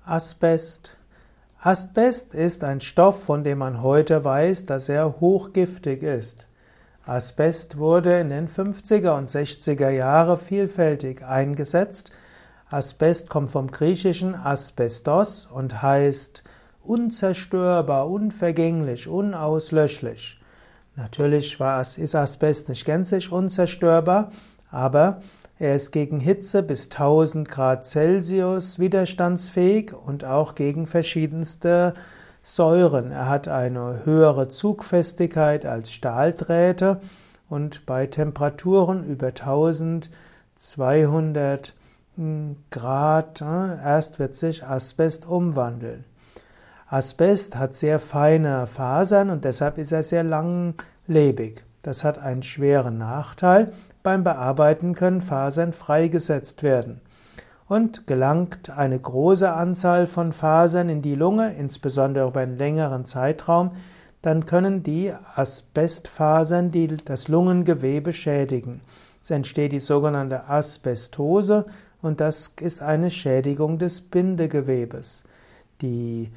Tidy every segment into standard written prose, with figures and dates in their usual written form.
Asbest. Asbest ist ein Stoff, von dem man heute weiß, dass er hochgiftig ist. Asbest wurde in den 50er und 60er Jahren vielfältig eingesetzt. Asbest kommt vom griechischen Asbestos und heißt unzerstörbar, unvergänglich, unauslöschlich. Natürlich ist Asbest nicht gänzlich unzerstörbar, aber er ist gegen Hitze bis 1000 Grad Celsius widerstandsfähig und auch gegen verschiedenste Säuren. Er hat eine höhere Zugfestigkeit als Stahldrähte und bei Temperaturen über 1200 Grad erst wird sich Asbest umwandeln. Asbest hat sehr feine Fasern und deshalb ist er sehr langlebig. Das hat einen schweren Nachteil. Beim Bearbeiten können Fasern freigesetzt werden. Und gelangt eine große Anzahl von Fasern in die Lunge, insbesondere über einen längeren Zeitraum, dann können die Asbestfasern das Lungengewebe schädigen. Es entsteht die sogenannte Asbestose und das ist eine Schädigung des Bindegewebes. Die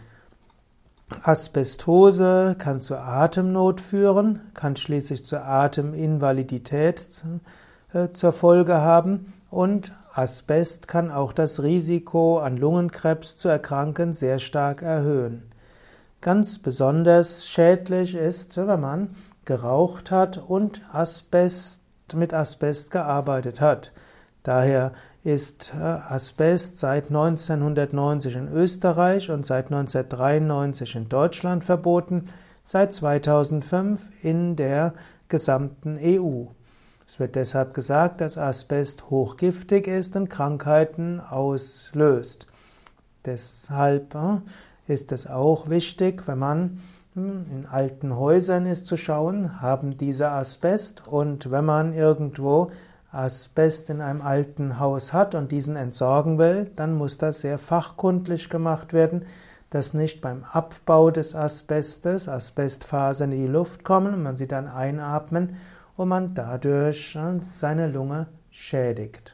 Asbestose kann zu Atemnot führen, kann schließlich zur Ateminvalidität zur Folge haben und Asbest kann auch das Risiko, an Lungenkrebs zu erkranken, sehr stark erhöhen. Ganz besonders schädlich ist, wenn man geraucht hat und mit Asbest gearbeitet hat. Daher ist Asbest seit 1990 in Österreich und seit 1993 in Deutschland verboten, seit 2005 in der gesamten EU. Es wird deshalb gesagt, dass Asbest hochgiftig ist und Krankheiten auslöst. Deshalb ist es auch wichtig, wenn man in alten Häusern ist, zu schauen, haben diese Asbest, und wenn man irgendwo Asbest in einem alten Haus hat und diesen entsorgen will, dann muss das sehr fachkundlich gemacht werden, dass nicht beim Abbau des Asbestes Asbestfasern in die Luft kommen und man sie dann einatmen und man dadurch seine Lunge schädigt.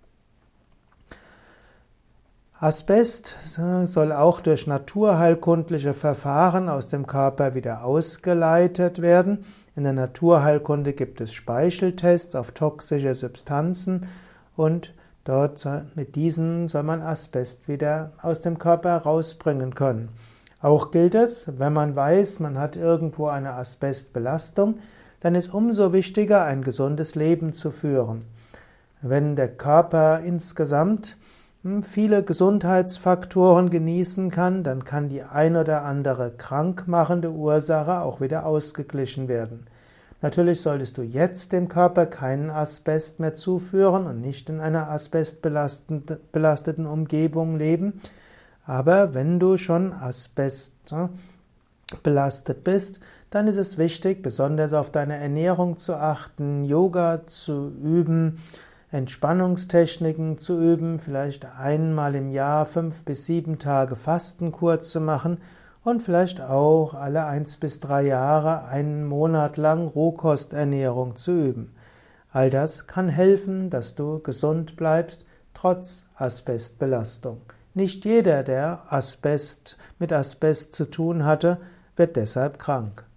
Asbest soll auch durch naturheilkundliche Verfahren aus dem Körper wieder ausgeleitet werden. In der Naturheilkunde gibt es Speicheltests auf toxische Substanzen und mit diesen soll man Asbest wieder aus dem Körper rausbringen können. Auch gilt es, wenn man weiß, man hat irgendwo eine Asbestbelastung, dann ist umso wichtiger, ein gesundes Leben zu führen. Wenn der Körper insgesamt viele Gesundheitsfaktoren genießen kann, dann kann die ein oder andere krankmachende Ursache auch wieder ausgeglichen werden. Natürlich solltest du jetzt dem Körper keinen Asbest mehr zuführen und nicht in einer asbestbelasteten Umgebung leben. Aber wenn du schon asbestbelastet bist, dann ist es wichtig, besonders auf deine Ernährung zu achten, Yoga zu üben, Entspannungstechniken zu üben, vielleicht einmal im Jahr 5 bis 7 Tage Fastenkur zu machen und vielleicht auch alle 1 bis 3 Jahre einen Monat lang Rohkosternährung zu üben. All das kann helfen, dass du gesund bleibst, trotz Asbestbelastung. Nicht jeder, der mit Asbest zu tun hatte, wird deshalb krank.